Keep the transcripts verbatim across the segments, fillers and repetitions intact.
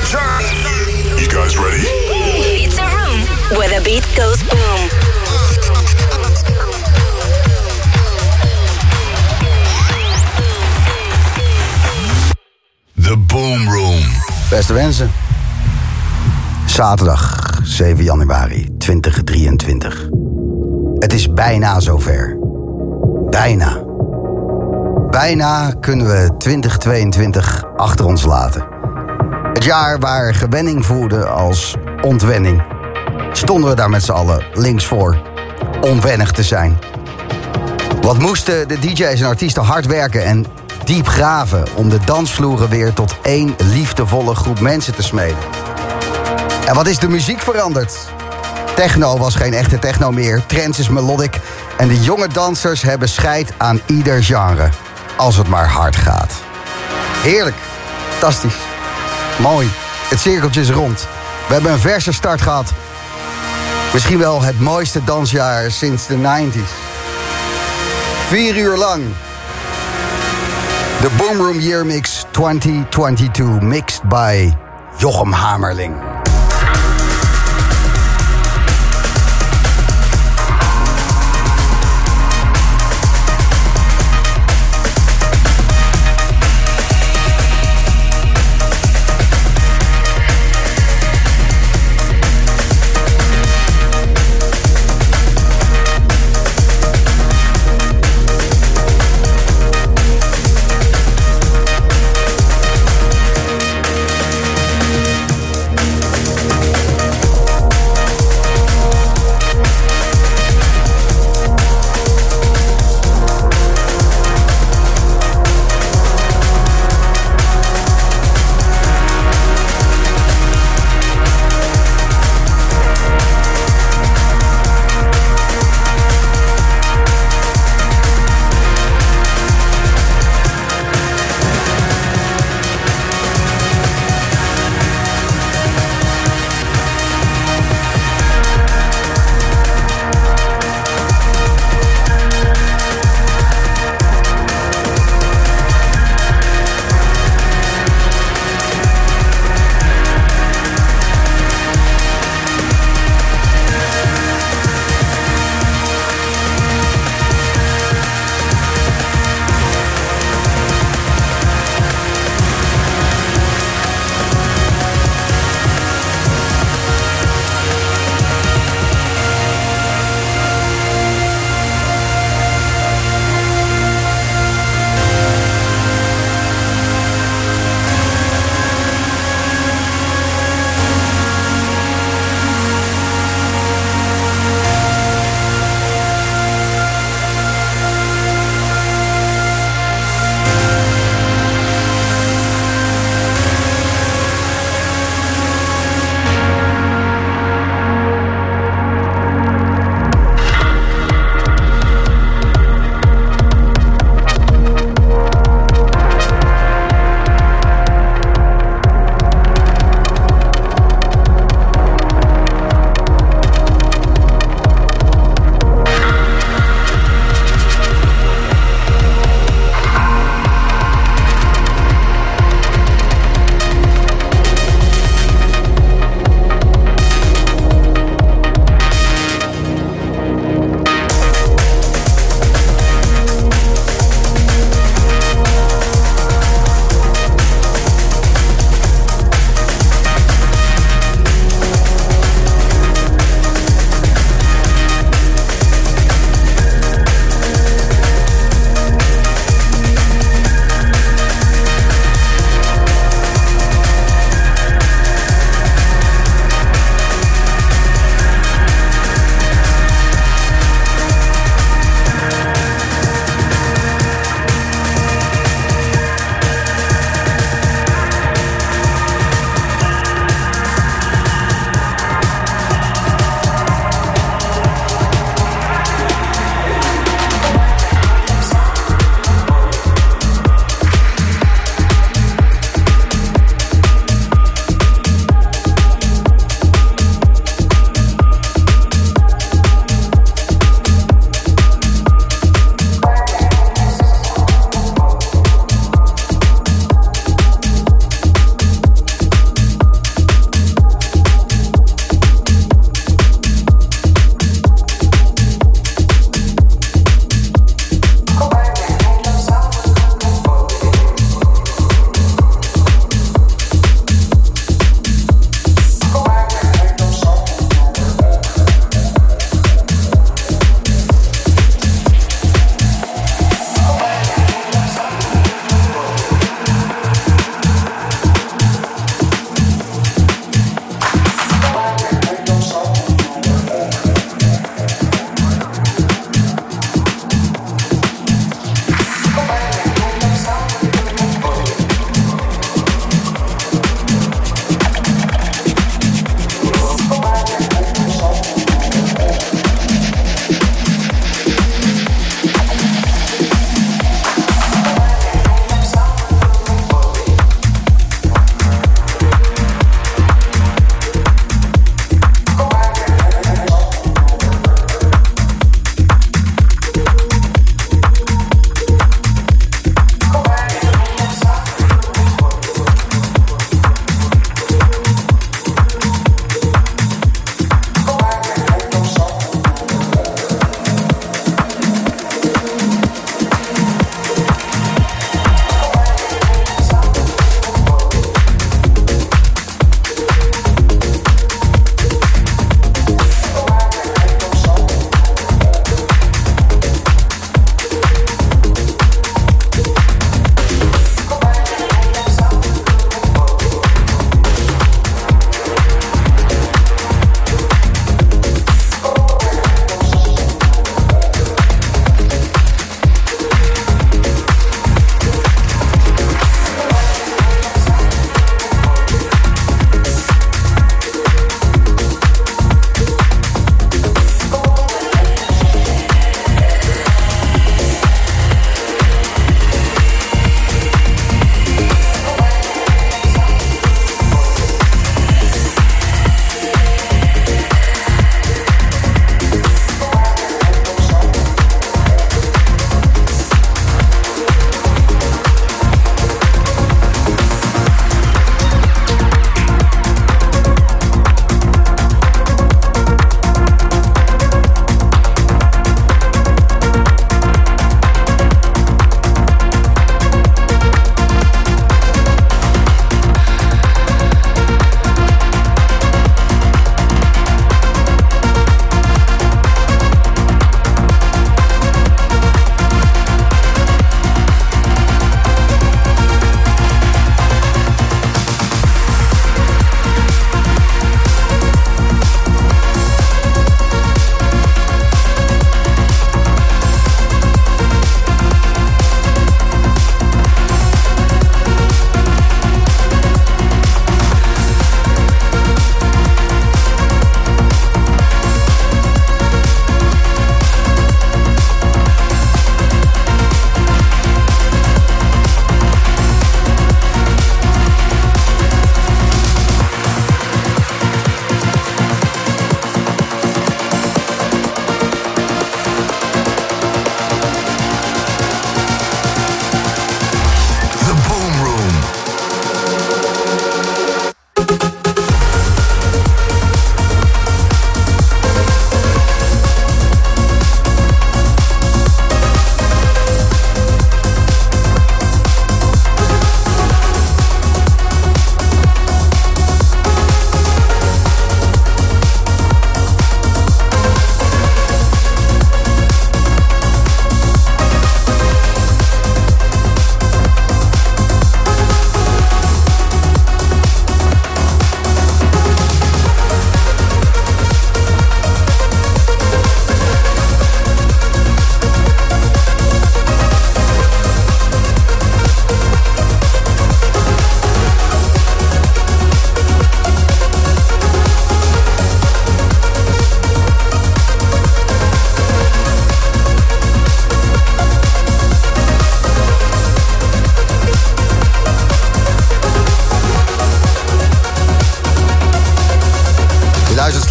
You guys ready? It's a room where the beat goes boom. The Boom Room. Beste wensen. Zaterdag zeven januari tweeduizend drieëntwintig. Het is bijna zover. Bijna. Bijna kunnen we twintig tweeëntwintig achter ons laten. Het jaar waar gewenning voelde als ontwenning. Stonden we daar met z'n allen links voor. Onwennig te zijn. Wat moesten de D J's en artiesten hard werken en diep graven om de dansvloeren weer tot één liefdevolle groep mensen te smeden. En wat is de muziek veranderd? Techno was geen echte techno meer, trance is melodic en de jonge dansers hebben scheid aan ieder genre. Als het maar hard gaat. Heerlijk, fantastisch, mooi, het cirkeltje is rond. We hebben een verse start gehad. Misschien wel het mooiste dansjaar sinds de negentig. Vier uur lang. De Boom Room Year Mix twintig tweeëntwintig, mixed by Jochem Hamerling.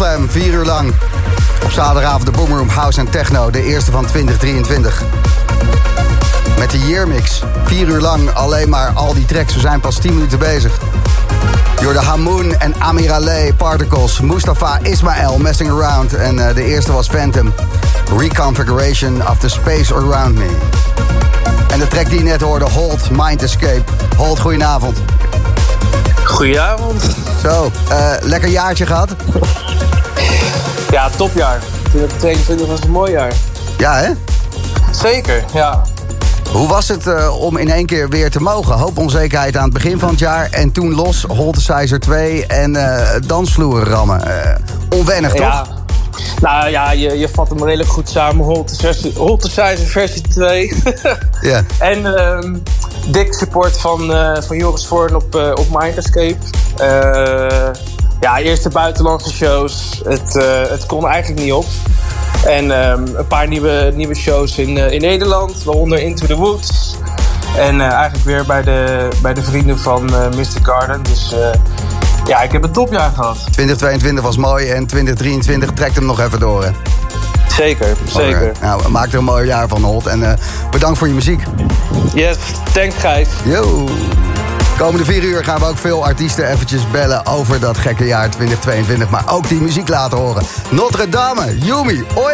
Slam, vier uur lang. Op zaterdagavond de Boomroom House en Techno, de eerste van twintig drieëntwintig. Met de Yearmix, vier uur lang alleen maar al die tracks. We zijn pas tien minuten bezig. Jorde Hamoon en Amir Ale, Particles, Mustafa Ismail, Messing Around. En uh, de eerste was Phantom, Reconfiguration of the Space Around Me. En de track die je net hoorde, Hold, Mind Escape. Hold, goedenavond. Goedenavond. Zo, uh, lekker jaartje gehad? Ja, topjaar. twintig tweeëntwintig was een mooi jaar. Ja, hè? Zeker, ja. Hoe was het uh, om in één keer weer te mogen? Hoop onzekerheid aan het begin van het jaar en toen los, Holtesizer twee en uh, dansvloeren rammen. Uh, onwennig, ja. toch? Nou ja, je, je vat hem redelijk goed samen. Holtesizer versie twee. Ja. En uh, dik support van, uh, van Joris Voorn op, uh, op Mind Escape. Uh, ja, eerste buitenlandse shows. Het, uh, het kon eigenlijk niet op. En um, een paar nieuwe, nieuwe shows in, uh, in Nederland, waaronder Into the Woods. En uh, eigenlijk weer bij de, bij de vrienden van uh, mister Garden. Dus uh, ja, ik heb een topjaar gehad. twintig tweeëntwintig was mooi en twintig drieëntwintig trekt hem nog even door, hè? Zeker, zeker. Alright. Nou, maak er een mooi jaar van, Holt. En uh, bedankt voor je muziek. Yes, thanks Gijs. Yo. Komende vier uur gaan we ook veel artiesten eventjes bellen over dat gekke jaar twintig tweeëntwintig. Maar ook die muziek laten horen. Notre Dame, Yumi, oi!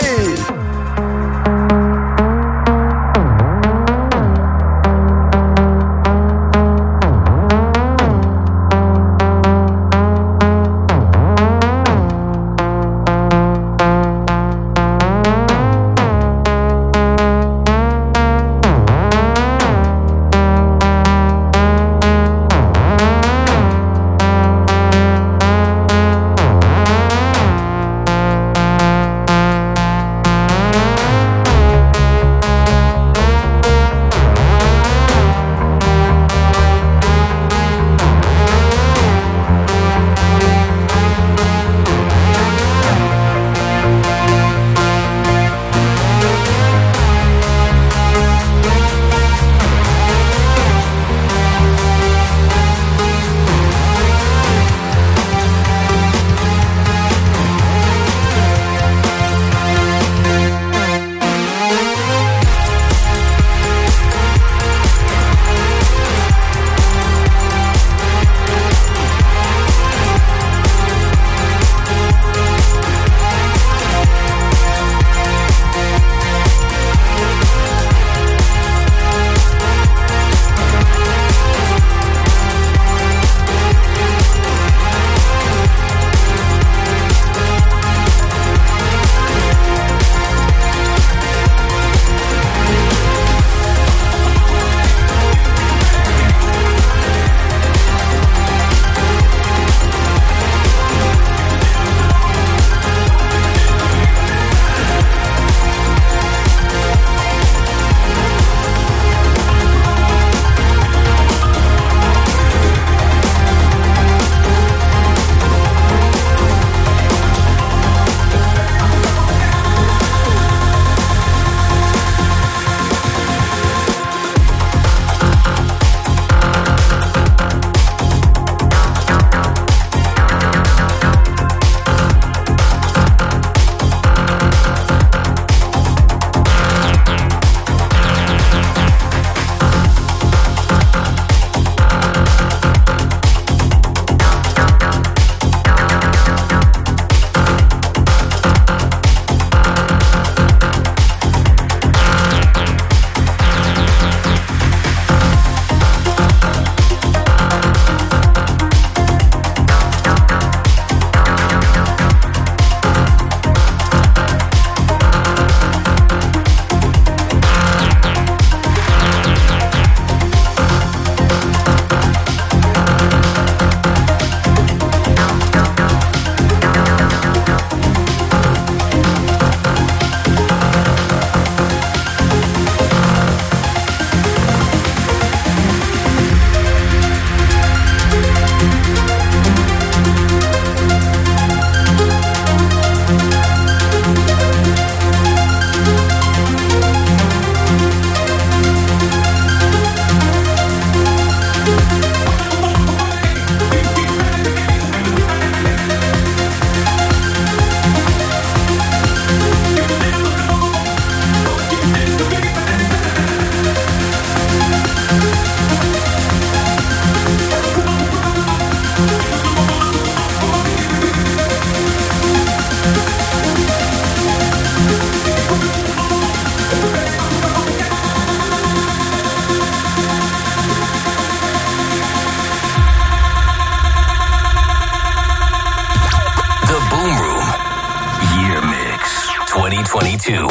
twenty-two.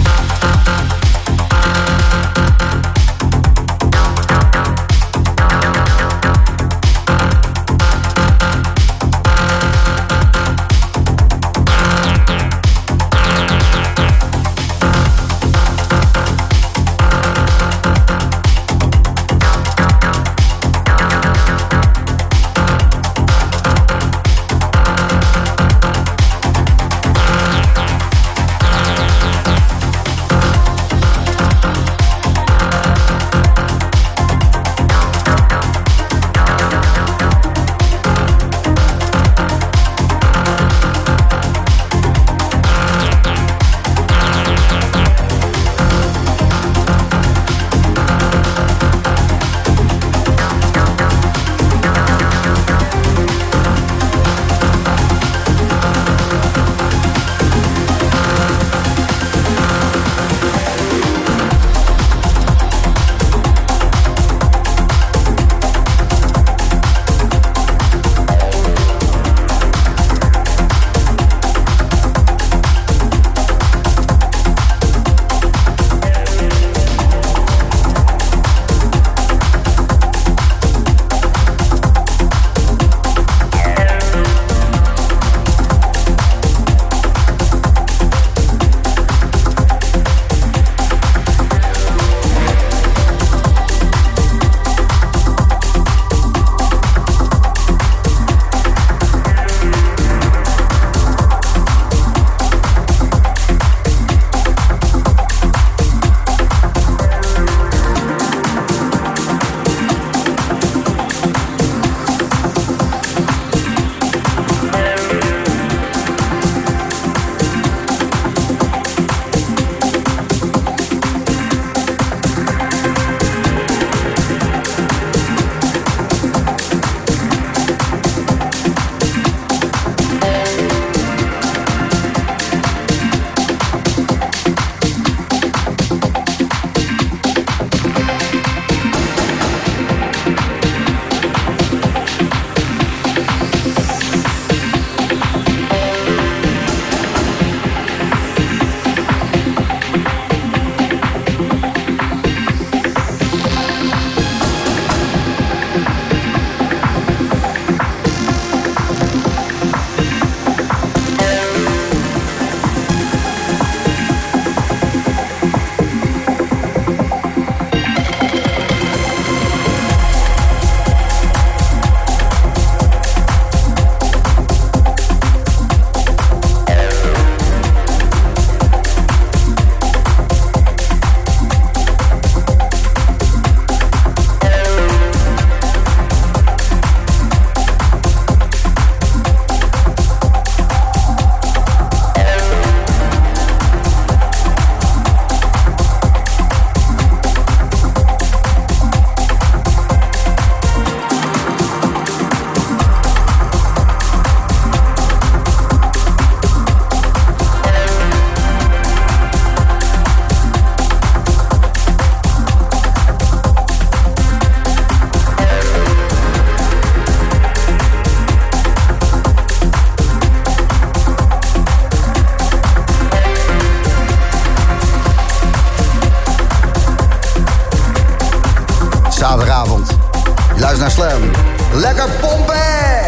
Luister naar Slam. Lekker pompen!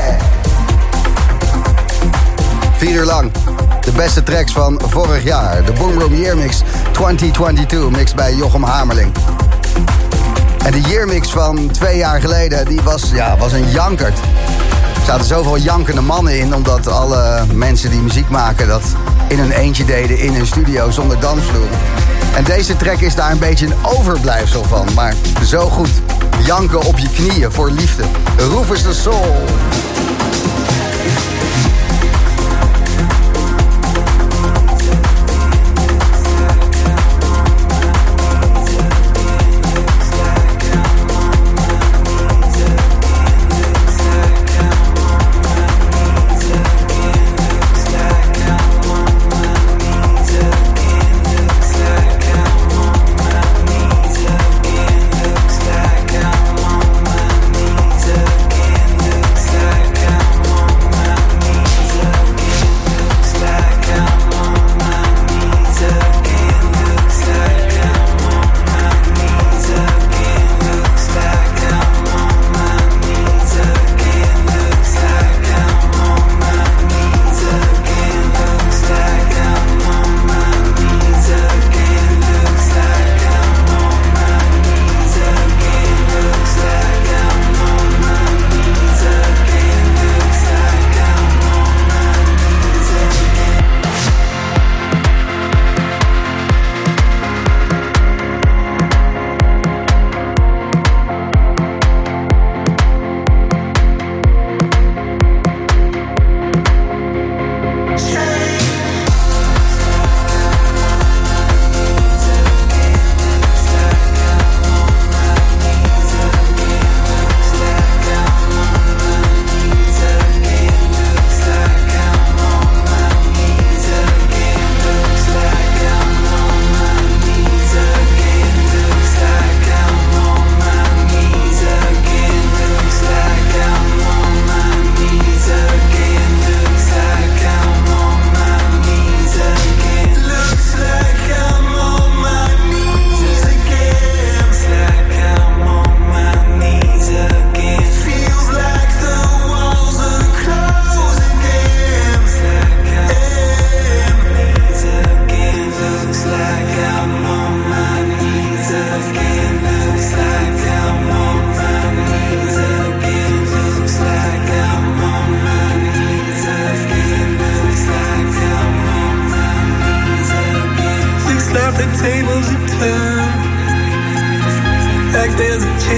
Vier uur lang. De beste tracks van vorig jaar. De Boom Room Year Mix twintig tweeëntwintig. Mixed bij Jochem Hamerling. En de Year Mix van twee jaar geleden, die was, ja, was een jankert. Er zaten zoveel jankende mannen in, omdat alle mensen die muziek maken dat in hun eentje deden in hun studio zonder dansvloer. En deze track is daar een beetje een overblijfsel van, maar zo goed. Janken op je knieën voor liefde. Rufus the Soul. Like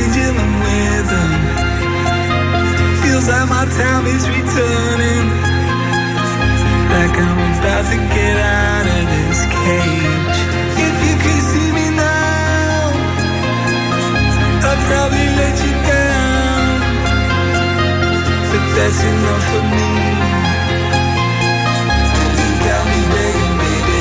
pendulum rhythm. Feels like my time is returning, like I'm about to get out of this cage. If you could see me now, I'd probably let you down, but that's enough for me. You got me begging, baby.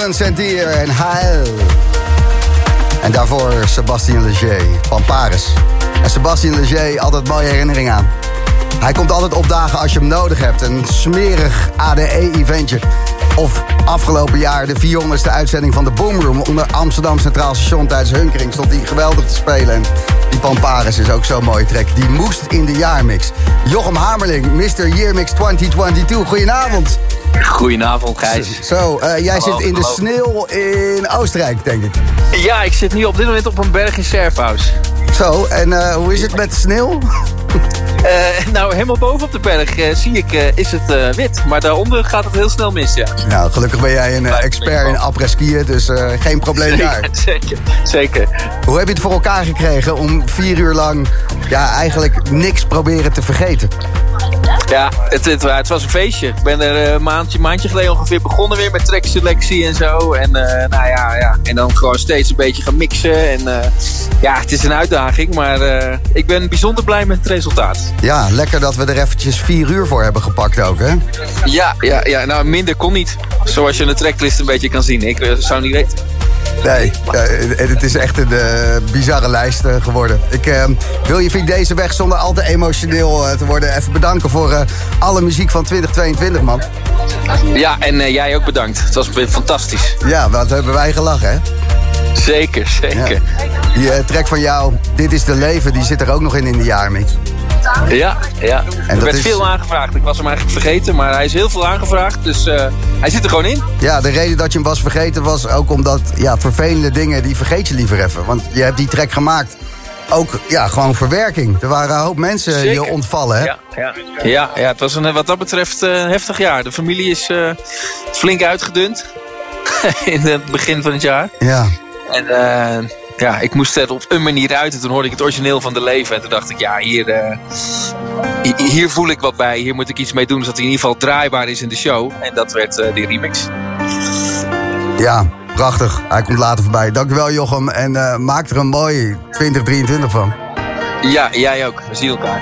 Roland Sentier en Hael. En daarvoor Sébastien Léger van Paris. En Sébastien Léger, altijd mooie herinnering aan. Hij komt altijd opdagen als je hem nodig hebt. Een smerig A D E-eventje. Of afgelopen jaar de vierhonderdste uitzending van de Boomroom onder Amsterdam Centraal Station tijdens Hunkering stond hij geweldig te spelen. En die Pamparis is ook zo'n mooie track. Die moest in de jaarmix. Jochem Hamerling, mister Yearmix twintig tweeëntwintig. Goedenavond. Goedenavond, Gijs. Zo, uh, jij hallo, zit in hallo. de sneeuw in Oostenrijk, denk ik. Ja, ik zit nu op dit moment op een berg in Serfhout. Zo, en uh, hoe is het met de sneeuw? Uh, nou, helemaal boven op de berg uh, zie ik, uh, is het uh, wit. Maar daaronder gaat het heel snel mis, ja. Nou, gelukkig ben jij een uh, expert in après-skiën, dus uh, geen probleem daar. Zeker, zeker. Hoe heb je het voor elkaar gekregen om vier uur lang ja, eigenlijk niks proberen te vergeten? Ja, het, het, het was een feestje. Ik ben er een maandje, maandje geleden ongeveer begonnen weer met trackselectie en zo. En, uh, nou ja, ja, en dan gewoon steeds een beetje gaan mixen. En uh, ja, het is een uitdaging, maar uh, ik ben bijzonder blij met het resultaat. Ja, lekker dat we er eventjes vier uur voor hebben gepakt ook, hè? Ja, ja, ja, nou minder kon niet. Zoals je de tracklist een beetje kan zien. Ik uh, zou niet weten. Nee, uh, het is echt een uh, bizarre lijst uh, geworden. Ik uh, wil je via deze weg zonder al te emotioneel uh, te worden even bedanken voor uh, alle muziek van twintig tweeëntwintig, man. Ja, en uh, jij ook bedankt. Het was weer fantastisch. Ja, wat hebben wij gelachen, hè? Zeker, zeker. Ja. Die uh, track van jou, Dit is de Leven, die zit er ook nog in in de jaarmix. Ja, ja. En er werd is... veel aangevraagd. Ik was hem eigenlijk vergeten, maar hij is heel veel aangevraagd. Dus uh, hij zit er gewoon in. Ja, de reden dat je hem was vergeten was ook omdat... ja, vervelende dingen, die vergeet je liever even. Want je hebt die track gemaakt. Ook, ja, gewoon verwerking. Er waren een hoop mensen Zeker. je ontvallen, hè? Ja, ja. ja, ja het was een, wat dat betreft uh, een heftig jaar. De familie is uh, flink uitgedund. In het begin van het jaar. Ja. En... Uh, Ja, ik moest er op een manier uit. En toen hoorde ik het origineel van de leven. En toen dacht ik, ja, hier, uh, hier voel ik wat bij. Hier moet ik iets mee doen, zodat hij in ieder geval draaibaar is in de show. En dat werd uh, die remix. Ja, prachtig. Hij komt later voorbij. Dankjewel, Jochem. En uh, maak er een mooi twintig drieëntwintig van. Ja, jij ook. We zien elkaar.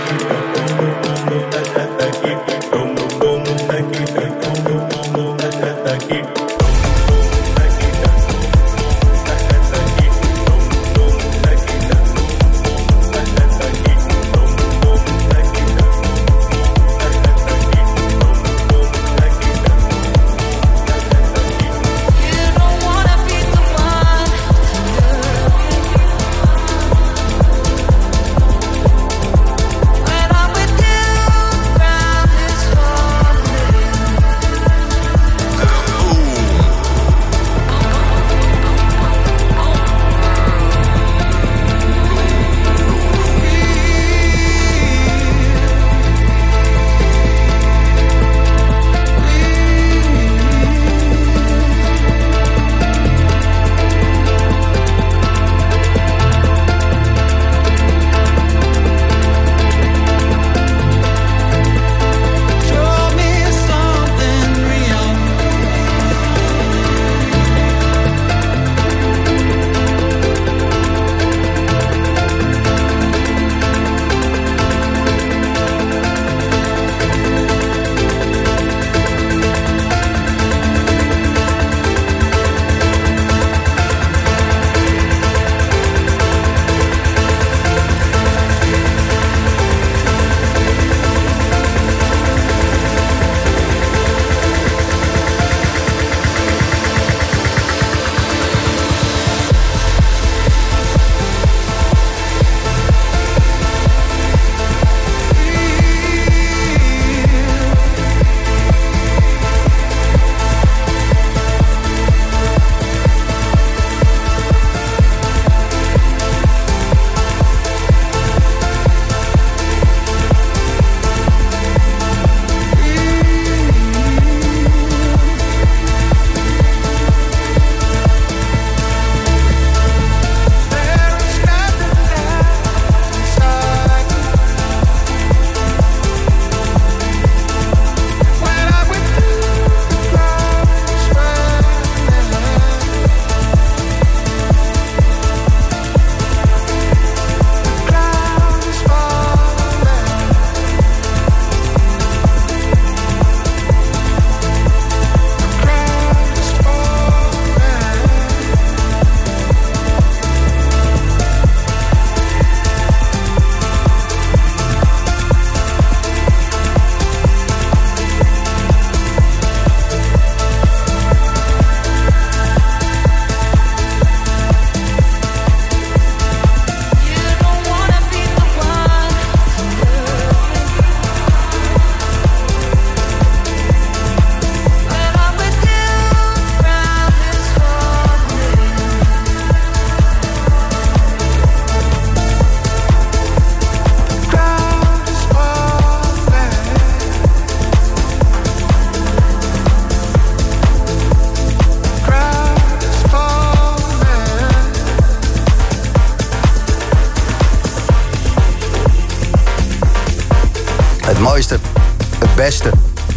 Het mooiste, het beste,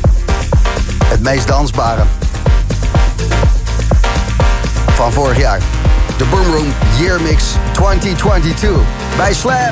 het meest dansbare van vorig jaar. De Boom Room Year Mix twintig tweeëntwintig bij Slam.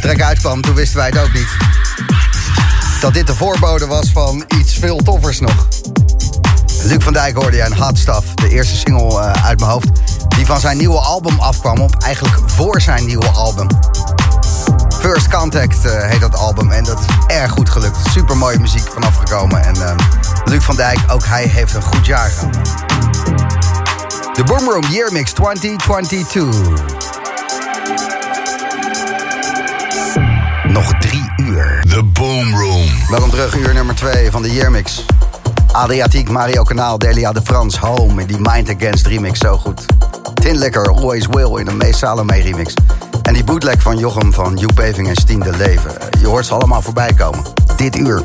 track uitkwam, toen wisten wij het ook niet. Dat dit de voorbode was van iets veel toffers nog. Luc van Dijk hoorde je en Hot Stuff, de eerste single uh, uit mijn hoofd, die van zijn nieuwe album afkwam, op eigenlijk voor zijn nieuwe album. First Contact uh, heet dat album en dat is erg goed gelukt. Super mooie muziek vanaf gekomen en uh, Luc van Dijk, ook hij heeft een goed jaar gehad. De Boom Room Year Mix twintig tweeëntwintig. Nog drie uur. The Boom Room. Welkom terug, uur nummer twee van de Year Mix. Adriatiek, Mario Kanaal, Delia de Frans, Home in die Mind Against remix, zo goed. Tin Liquor, Always Will in de Mees Salome remix. En die bootleg van Jochem van Joep Beving en Stien de Leven. Je hoort ze allemaal voorbij komen. Dit uur.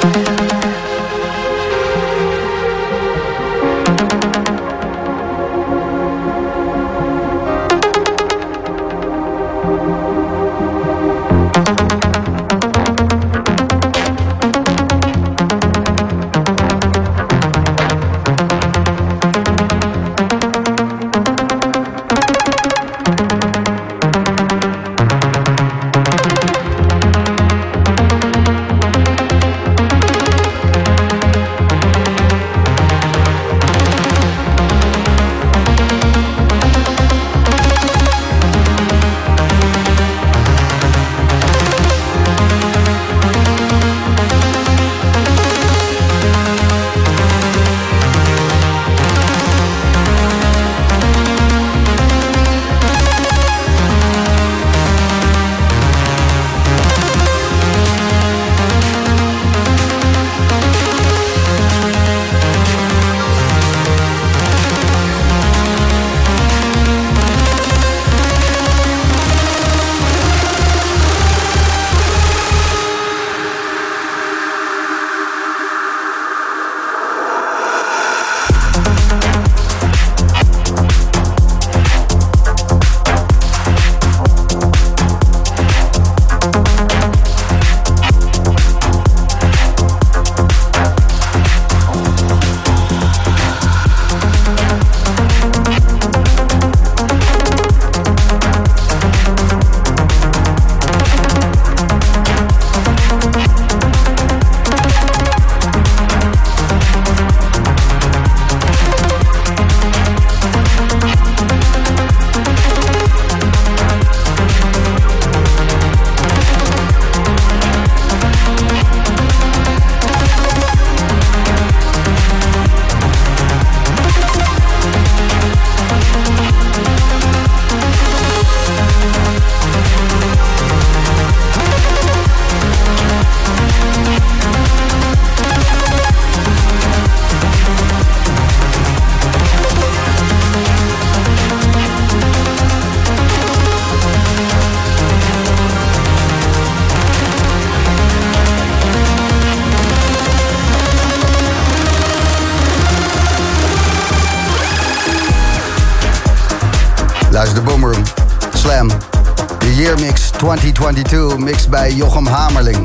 Luister de Boomroom. Slam. De Year Mix twintig tweeëntwintig mixed bij Jochem Hamerling.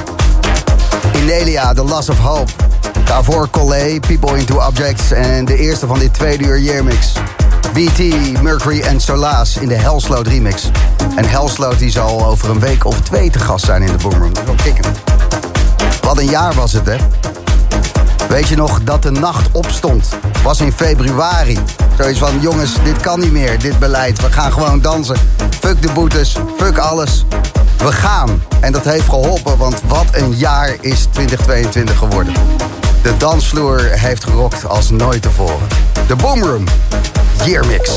Inelia, The Loss of Hope. Daarvoor Collé, People into Objects. En de eerste van dit tweede uur Year Mix. B T, Mercury en Solace in de Hellsloot remix. En Hellsloot die zal over een week of twee te gast zijn in de Boomroom. Dat is wel kicken. Wat een jaar was het, hè? Weet je nog dat de nacht opstond? Was in februari. Zoiets van, jongens, dit kan niet meer, dit beleid. We gaan gewoon dansen. Fuck de boetes, fuck alles. We gaan. En dat heeft geholpen, want wat een jaar is twintig tweeëntwintig geworden. De dansvloer heeft gerokt als nooit tevoren. De Boomroom, Year Mix.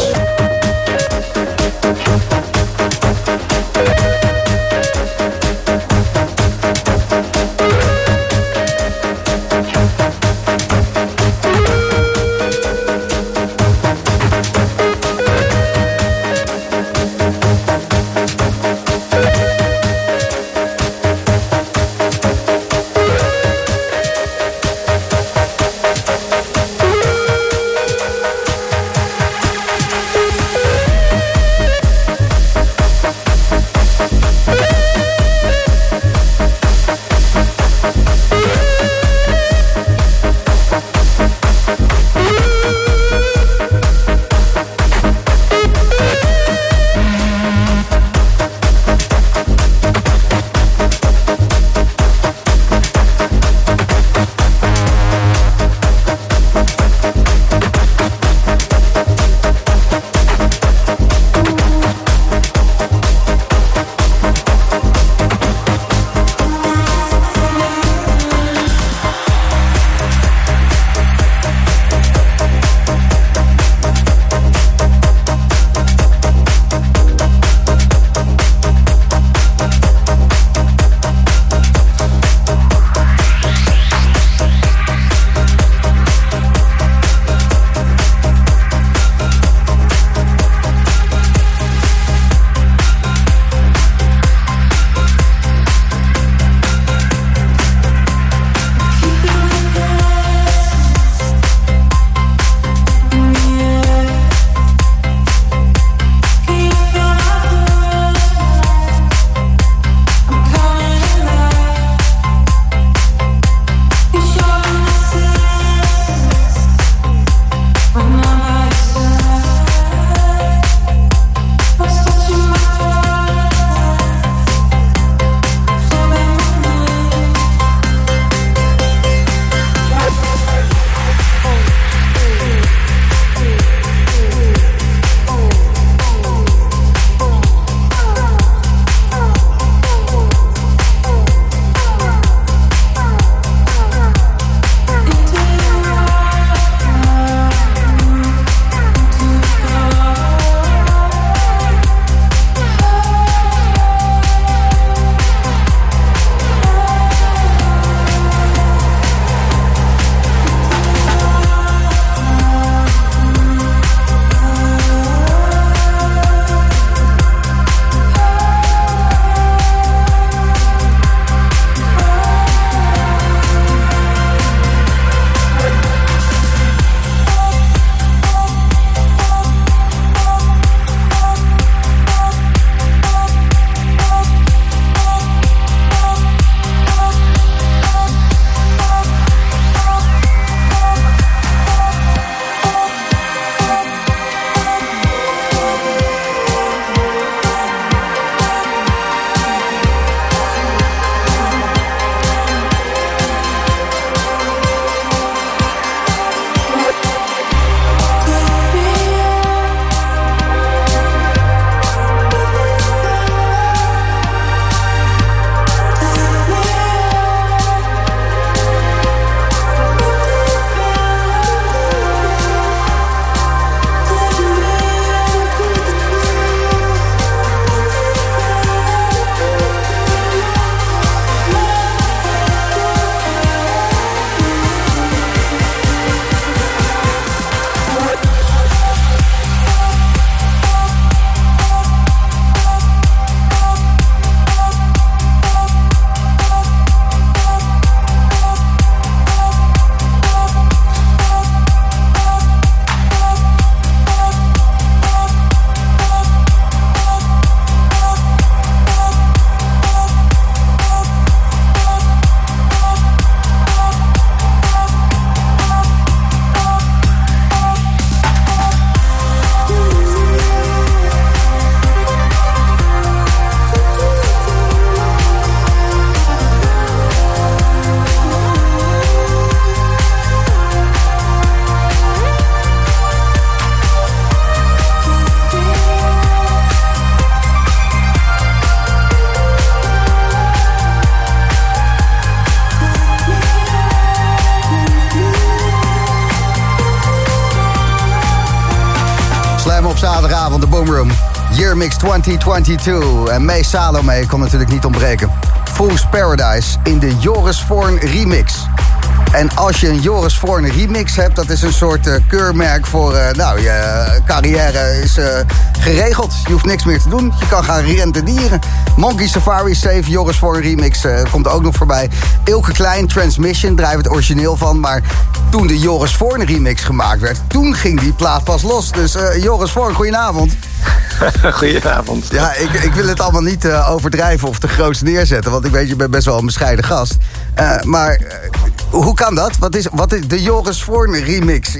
zaterdagavond, de Boomroom. Year Mix twintig tweeëntwintig. En May Salome kon natuurlijk niet ontbreken. Fool's Paradise in de Joris Voorn remix. En als je een Joris Voorn remix hebt, dat is een soort uh, keurmerk voor... Uh, nou, je carrière is uh, geregeld. Je hoeft niks meer te doen. Je kan gaan rentenieren. Monkey Safari Safe, Joris Voorn remix uh, komt ook nog voorbij. Ilke Klein, Transmission, daar hebben we het origineel van. Maar toen de Joris Voorn remix gemaakt werd, toen ging die plaat pas los. Dus uh, Joris Voorn, goedenavond. Goedenavond. Ja, ik, ik wil het allemaal niet uh, overdrijven of te groots neerzetten. Want ik weet, je bent best wel een bescheiden gast. Uh, maar uh, hoe kan dat? Wat is, wat is de Joris Voorn remix?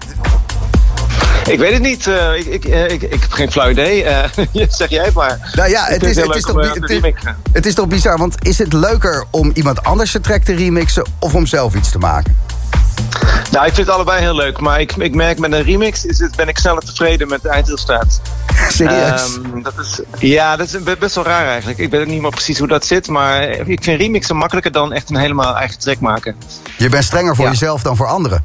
Ik weet het niet. Uh, ik, ik, uh, ik, ik heb geen flauw idee. Uh, zeg jij het maar. Nou ja, het is, het, is toch, het, is, het is toch bizar. Want is het leuker om iemand anders zijn track te remixen of om zelf iets te maken? Nou, ik vind het allebei heel leuk. Maar ik, ik merk met een remix is het, ben ik sneller tevreden met het eindresultaat. Serieus? Um, dat is, ja, dat is best wel raar eigenlijk. Ik weet ook niet meer precies hoe dat zit. Maar ik vind remixen makkelijker dan echt een helemaal eigen track maken. Je bent strenger voor ja. jezelf dan voor anderen?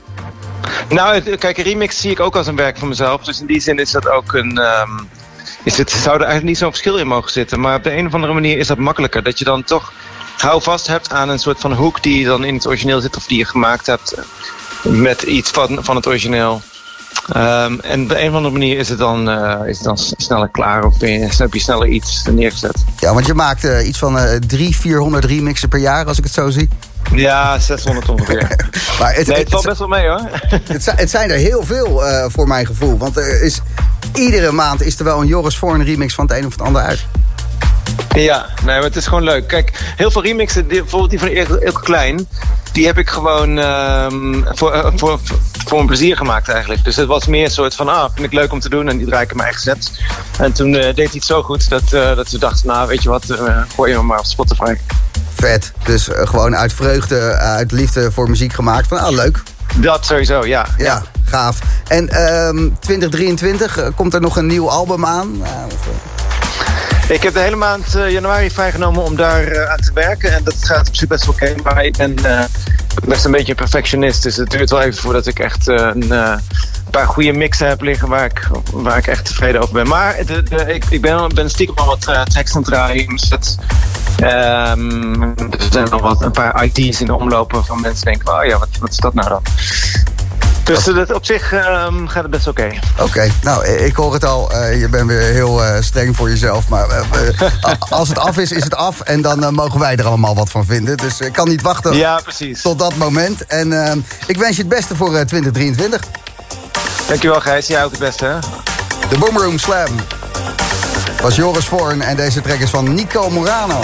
Nou, kijk, een remix zie ik ook als een werk van mezelf. Dus in die zin is dat ook een... Um, is het, zou er eigenlijk niet zo'n verschil in mogen zitten. Maar op de een of andere manier is dat makkelijker. Dat je dan toch houvast hebt aan een soort van hoek die dan in het origineel zit. Of die je gemaakt hebt met iets van, van het origineel. Um, en op de een of andere manier is het dan, uh, is het dan sneller klaar. Of ben je, heb je sneller iets neergezet. Ja, want je maakt uh, iets van uh, driehonderd, vierhonderd remixen per jaar, als ik het zo zie. Ja, zeshonderd ongeveer. Maar het, nee, het valt het, best wel mee hoor. Het, het zijn er heel veel uh, voor mijn gevoel. Want er is, iedere maand is er wel een Joris Voorn remix van het een of het ander uit. Ja, nee, maar het is gewoon leuk. Kijk, heel veel remixen, die, bijvoorbeeld die van Ilke Klein, die heb ik gewoon um, voor, uh, voor, voor mijn plezier gemaakt eigenlijk. Dus het was meer een soort van, ah, vind ik leuk om te doen en die draai ik in mijn eigen set. En toen uh, deed hij het zo goed dat, uh, dat we dachten, nou weet je wat, uh, gooi je hem maar op Spotify. Vet, dus uh, gewoon uit vreugde, uh, uit liefde voor muziek gemaakt. Van, ah, leuk. Dat sowieso, ja. Ja, ja. Gaaf. En um, twintig drieëntwintig, uh, komt er nog een nieuw album aan? Uh, of, uh... Ik heb de hele maand uh, januari vrijgenomen om daar uh, aan te werken. En dat gaat op zich best wel oké. Maar ik ben uh, best een beetje een perfectionist. Dus het duurt wel even voordat ik echt uh, een uh, paar goede mixen heb liggen waar ik, waar ik echt tevreden over ben. Maar de, de, ik, ik ben, ben stiekem al wat uh, tracks aan het draaien in mijn set. Um, er zijn al wat, een paar I T's in de omlopen van mensen denken, oh ja, wat, wat is dat nou dan? Dus dat, op zich um, gaat het best oké. Okay. Oké, okay, nou, ik hoor het al. Uh, je bent weer heel uh, streng voor jezelf. Maar uh, uh, als het af is, is het af. En dan uh, mogen wij er allemaal wat van vinden. Dus ik kan niet wachten ja, precies. tot dat moment. En uh, ik wens je het beste voor uh, twintig drieëntwintig. Dankjewel, Gijs. Jij ook het beste, hè? De Boomroom Slam was Joris Voorn. En deze track is van Nico Morano.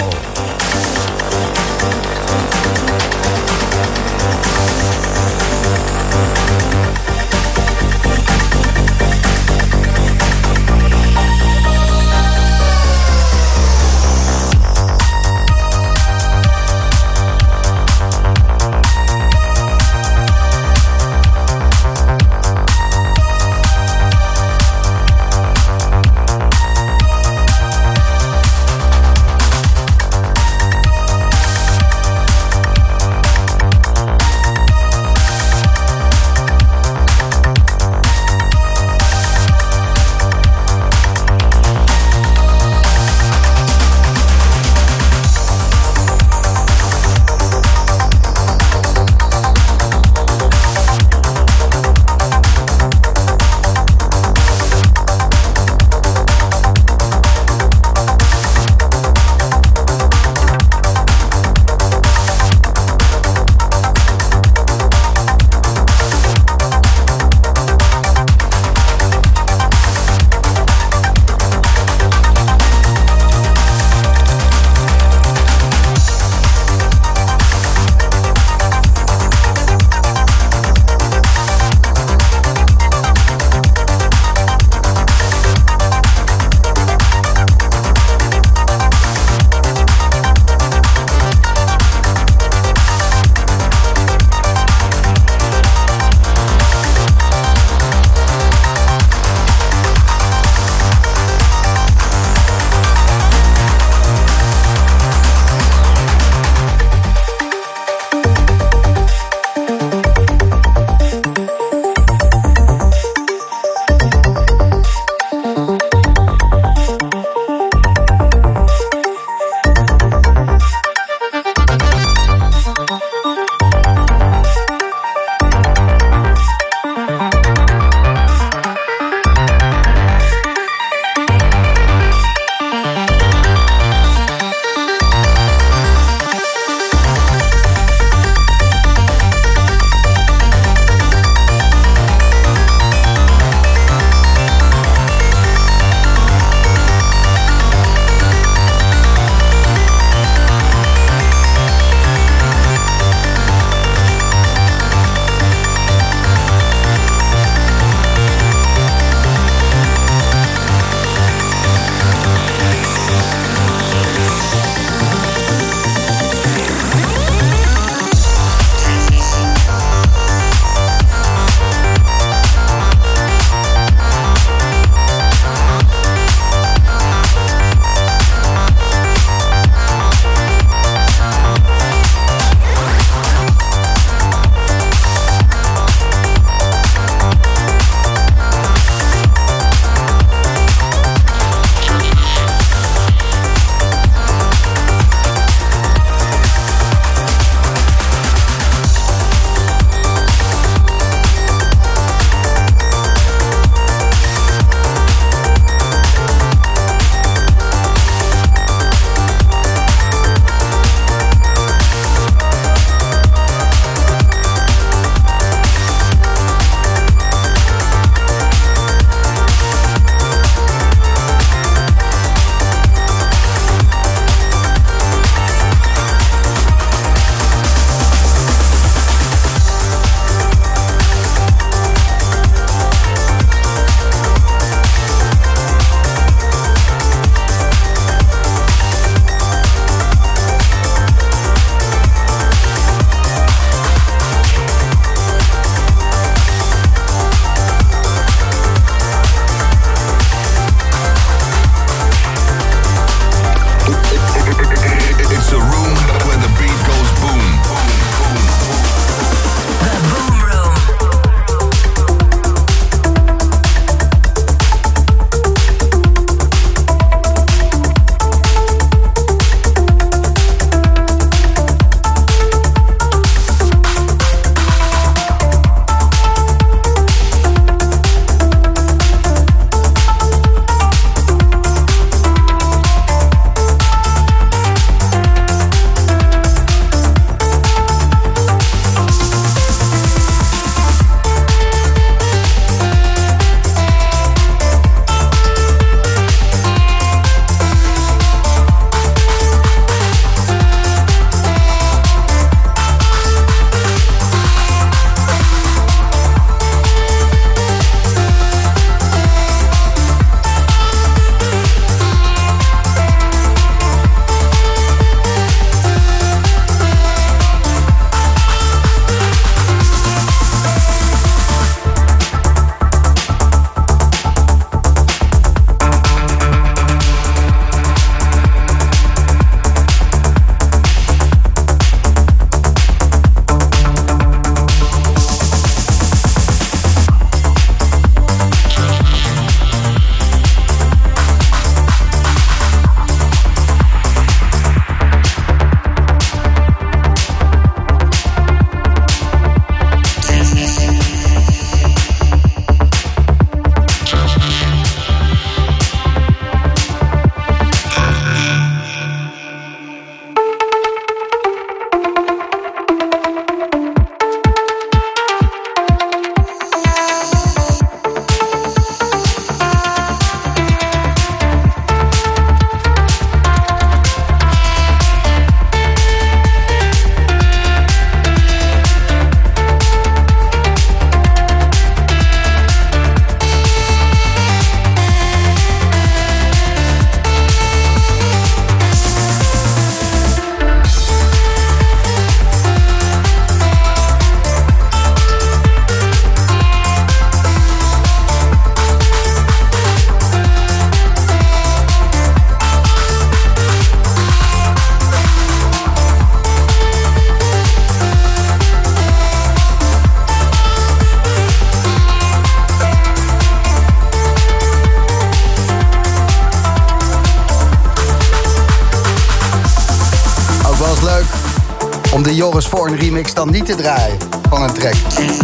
om de Joris Voorn remix dan niet te draaien van een track.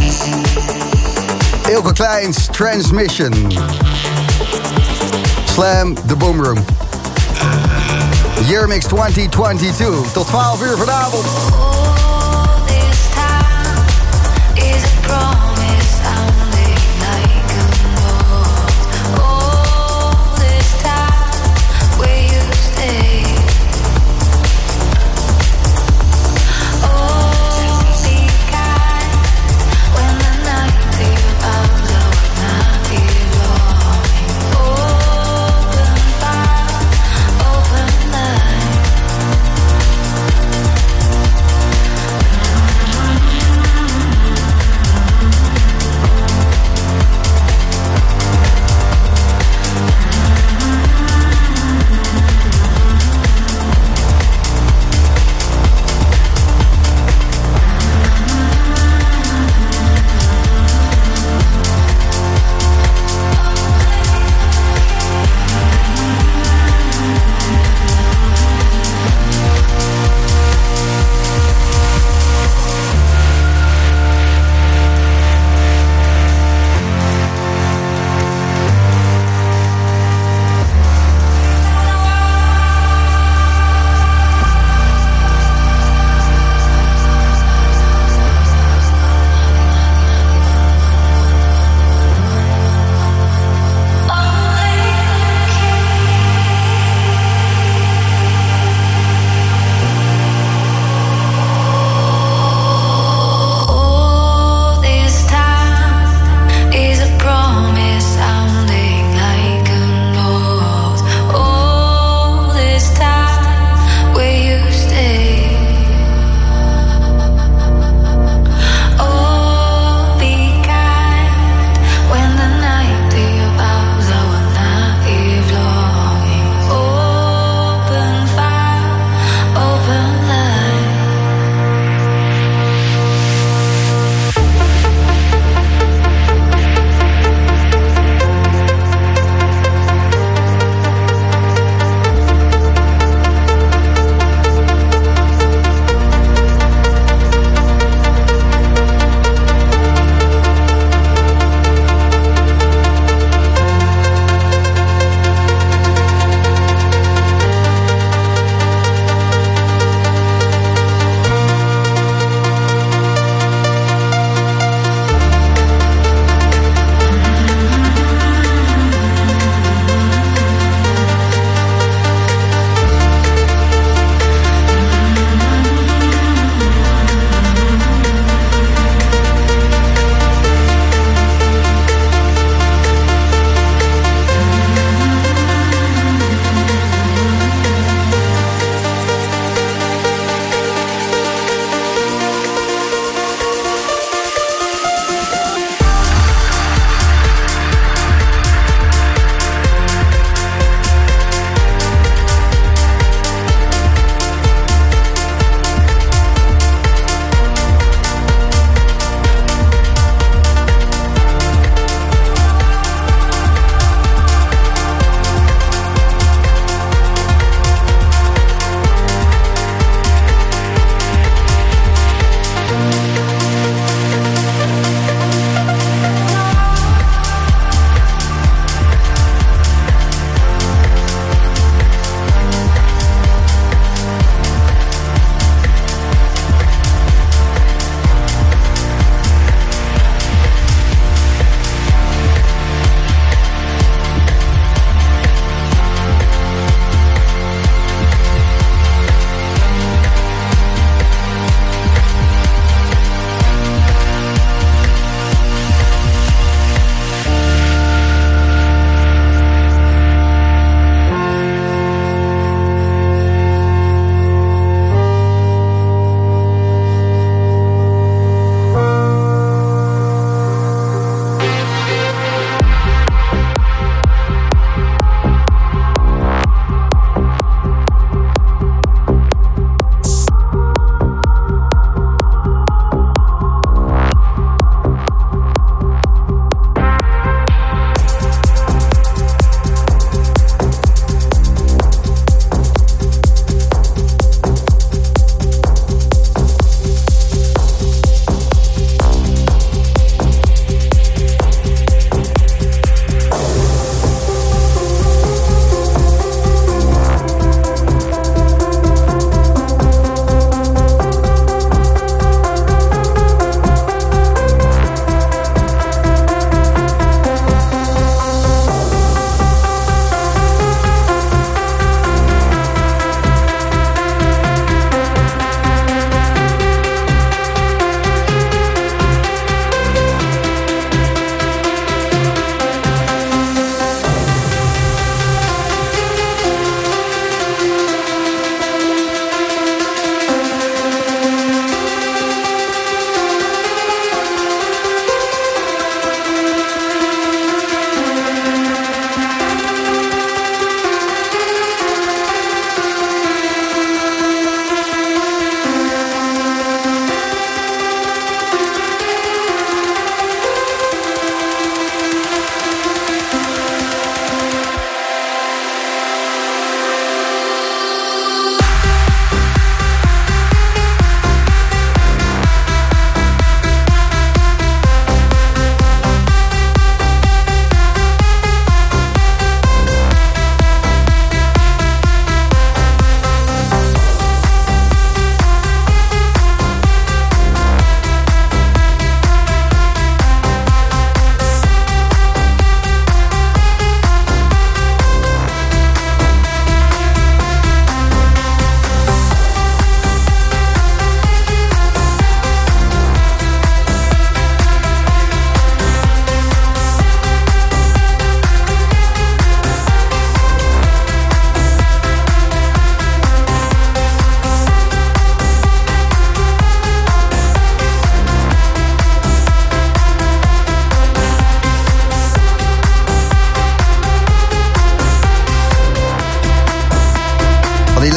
Ilke Kleins, Transmission. Slam, The Boom Room. Yearmix twintig tweeëntwintig. Tot twaalf uur vanavond. Open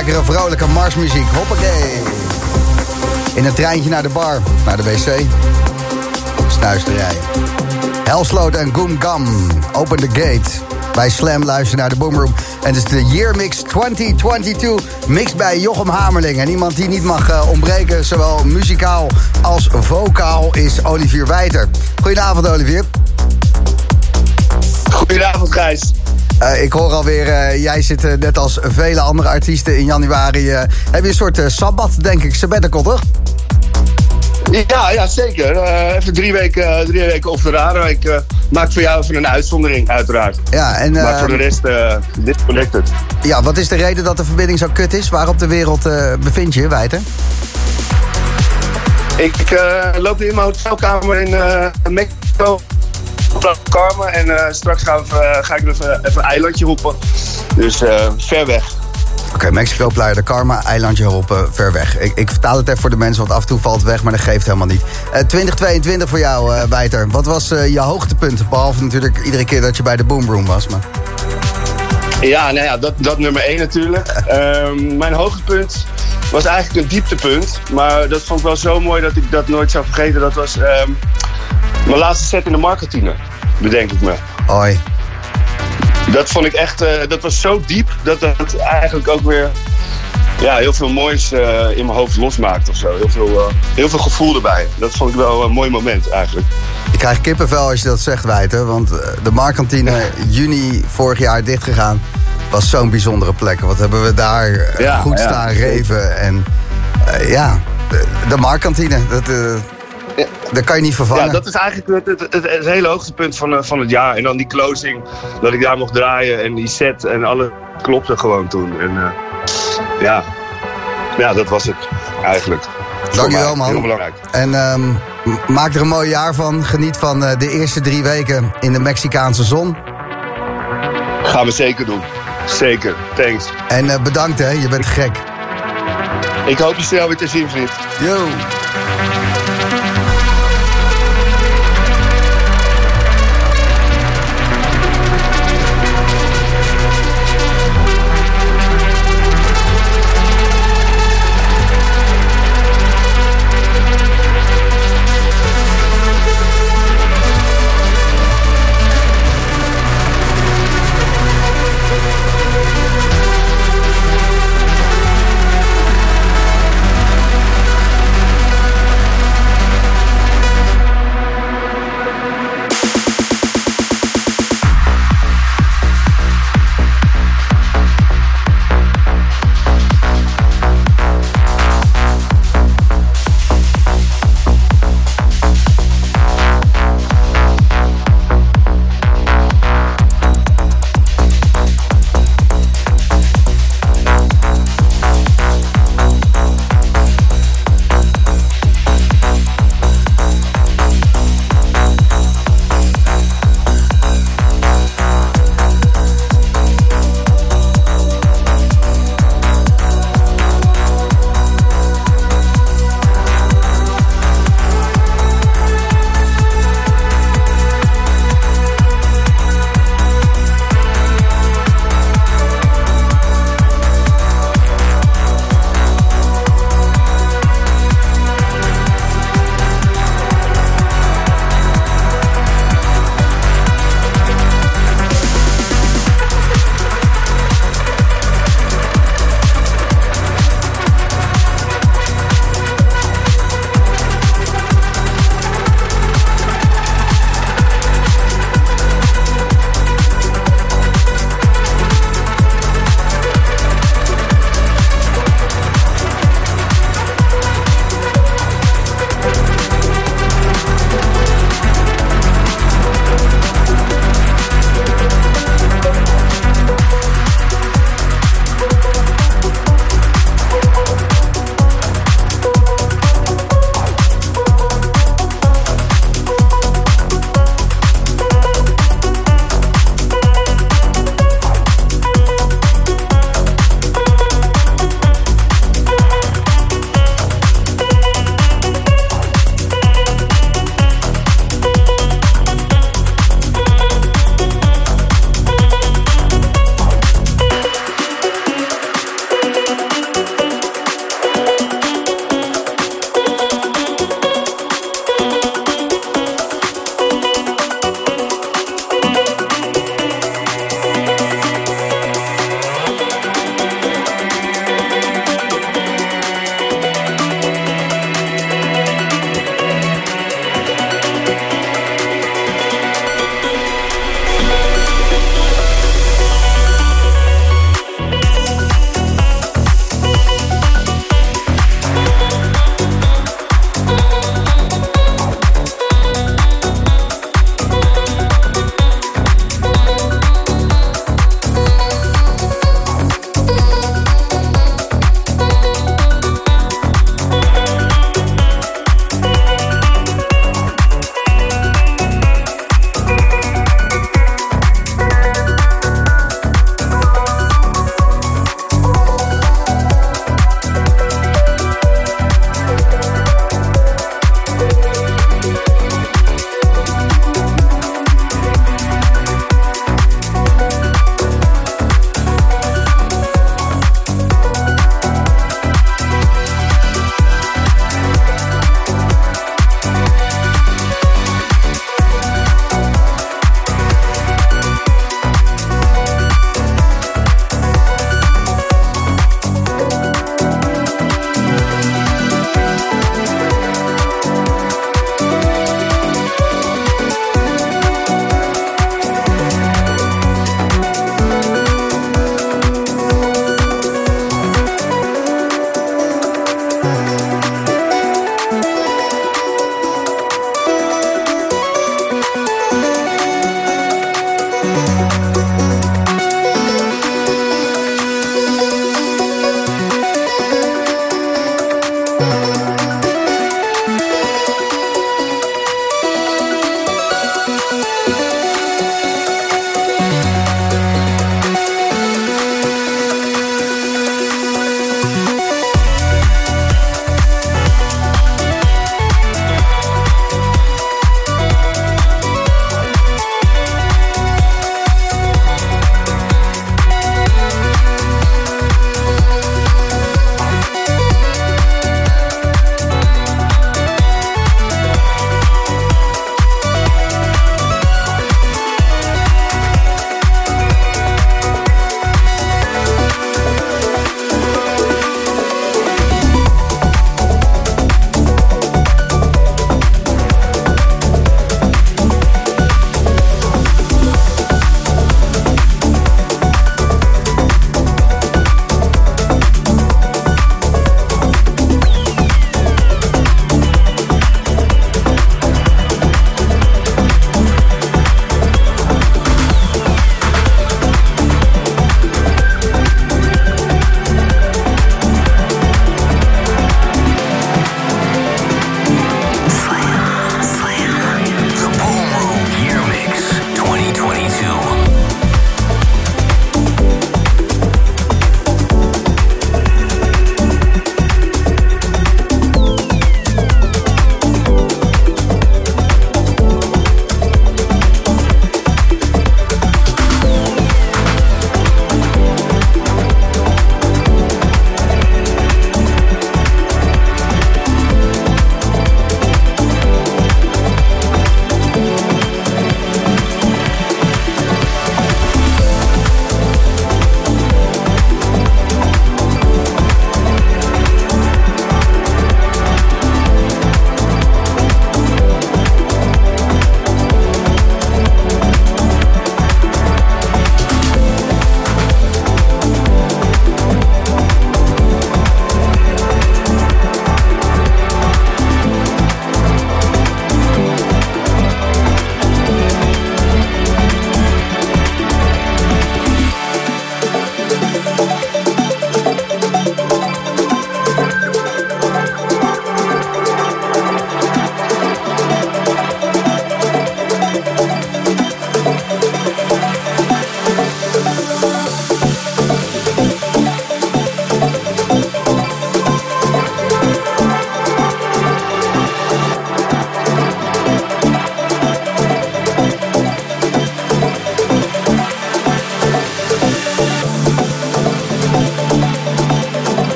lekkere vrolijke marsmuziek. Hoppakee. In een treintje naar de bar, naar de wc. Snuisterij. Helsloot en Goom Gum. Open the gate. Bij Slam luisteren naar de Boomroom. En het is de Year Mix twintig tweeëntwintig. Mixed bij Jochem Hamerling. En iemand die niet mag uh, ontbreken, zowel muzikaal als vocaal, is Olivier Wijter. Goedenavond, Olivier. Goedenavond, Gijs. Uh, ik hoor alweer, uh, jij zit uh, net als vele andere artiesten in januari. Uh, heb je een soort uh, sabbat, denk ik, sabbatical, toch? Ja, ja zeker. Uh, even drie weken, uh, drie weken off de radar. Ik uh, maak voor jou even een uitzondering, uiteraard. Ja, en, uh, maar voor de rest, uh, disconnected. Ja, wat is de reden dat de verbinding zo kut is? Waar op de wereld uh, bevind je, Wijter? Ik uh, loop in mijn hotelkamer in uh, Mexico. Karma, en uh, straks gaan we, uh, ga ik even, even een eilandje roepen. Dus uh, ver weg. Oké, okay, Mexico, Playa de Carmen, eilandje roepen, ver weg. Ik, ik vertaal het even voor de mensen, want af en toe valt weg, maar dat geeft helemaal niet. Uh, twintig tweeëntwintig voor jou, uh, Wijter. Wat was uh, je hoogtepunt? Behalve natuurlijk iedere keer dat je bij de Boomroom was. Maar... Ja, nou ja, dat, dat nummer één natuurlijk. Uh, mijn hoogtepunt was eigenlijk een dieptepunt. Maar dat vond ik wel zo mooi dat ik dat nooit zou vergeten. Dat was... Uh, Mijn laatste set in de Marktkantine, bedenk ik me. Hoi. Dat vond ik echt, uh, dat was zo diep dat het eigenlijk ook weer ja, heel veel moois uh, in mijn hoofd losmaakt of zo. Heel veel, uh, heel veel gevoel erbij. Dat vond ik wel een mooi moment eigenlijk. Ik krijg kippenvel als je dat zegt, Wijter. Want uh, de Marktkantine, juni vorig jaar dichtgegaan, was zo'n bijzondere plek. Wat hebben we daar uh, ja, goed ja, staan zeker. reven. En uh, ja, de, de Marktkantine, dat... Uh, Ja. Dat kan je niet vervangen. Ja, dat is eigenlijk het, het, het, het hele hoogtepunt van, van het jaar. En dan die closing, dat ik daar mocht draaien en die set en alles klopte gewoon toen. En uh, ja. ja, dat was het eigenlijk. Dankjewel, man. Heel belangrijk. En um, maak er een mooi jaar van. Geniet van uh, de eerste drie weken in de Mexicaanse zon. Gaan we zeker doen. Zeker. Thanks. En uh, bedankt, hè. Je bent gek. Ik hoop je snel weer te zien, vriend. Yo.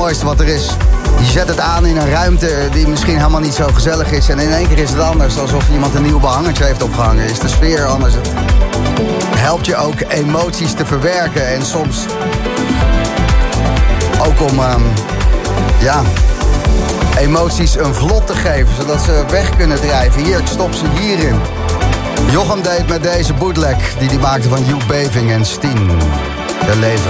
mooiste wat er is. Je zet het aan in een ruimte die misschien helemaal niet zo gezellig is. En in één keer is het anders, alsof iemand een nieuw behangertje heeft opgehangen. Is de sfeer anders. Het helpt je ook emoties te verwerken. En soms ook om um, ja, emoties een vlot te geven, zodat ze weg kunnen drijven. Hier, ik stop ze hierin. Jochem deed met deze bootleg die hij maakte van Hugh Beving en Steen. De leven.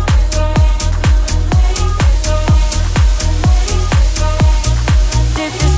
Dit is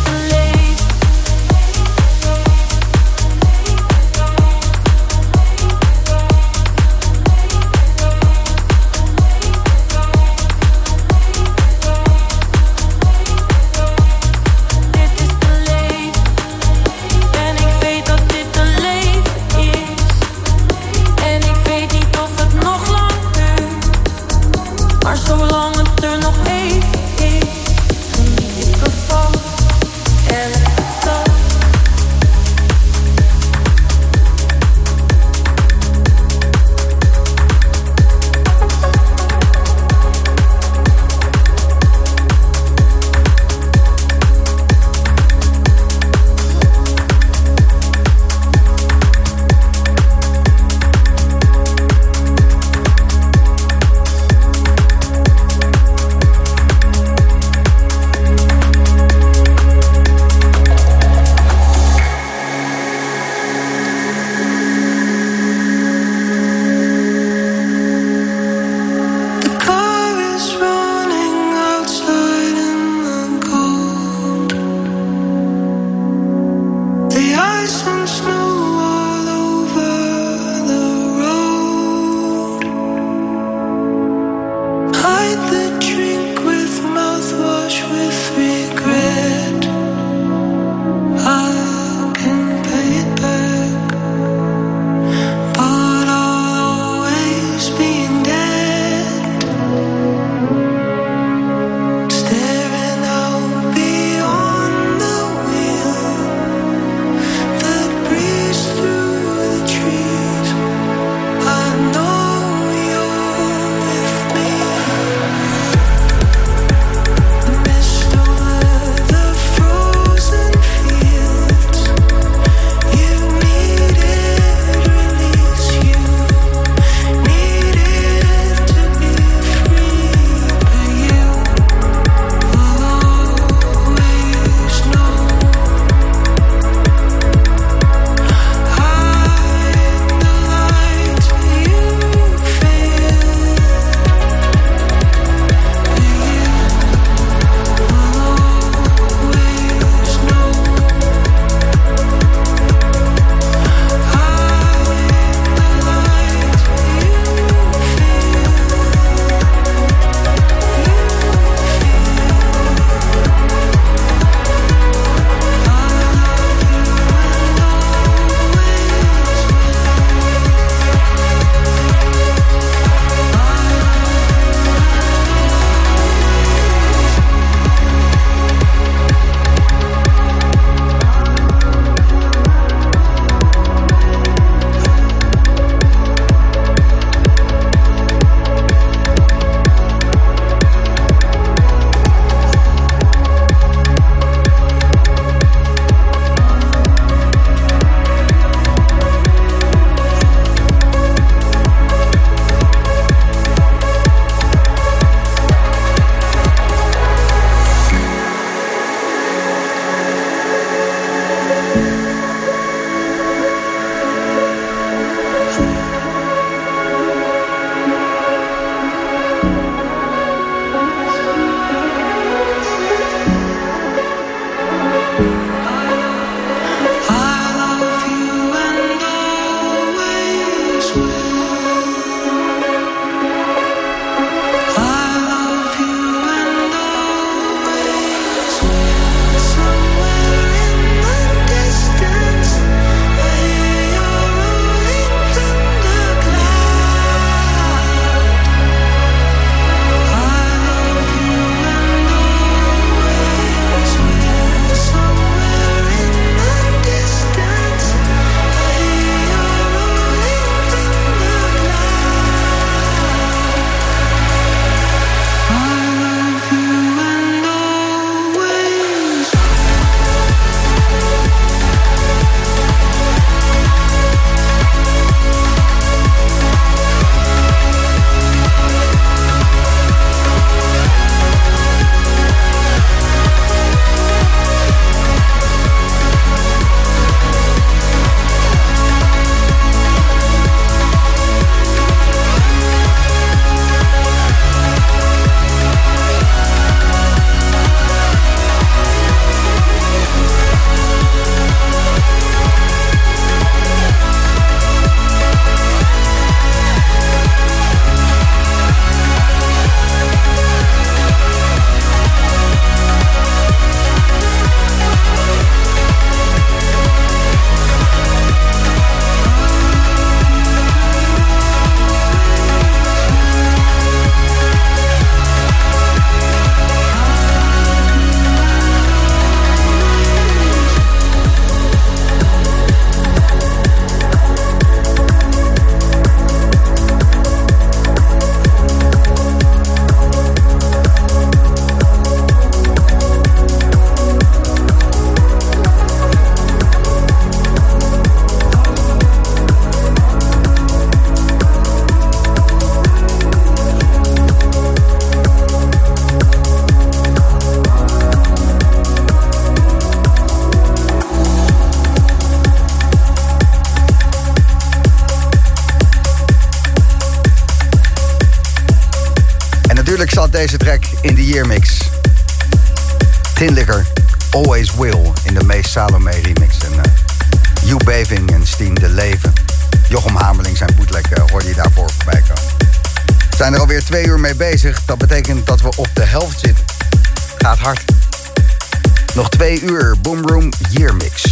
Natuurlijk zat deze track in de Yearmix. Tinlicker, Always Will in de Mees Salome remix. En uh, Hugh Beving en Steen de Leven. Jochem Hameling zijn bootleg uh, hoorde je daarvoor voorbij komen. We zijn er alweer twee uur mee bezig. Dat betekent dat we op de helft zitten. Gaat hard. Nog twee uur Boom Room Yearmix.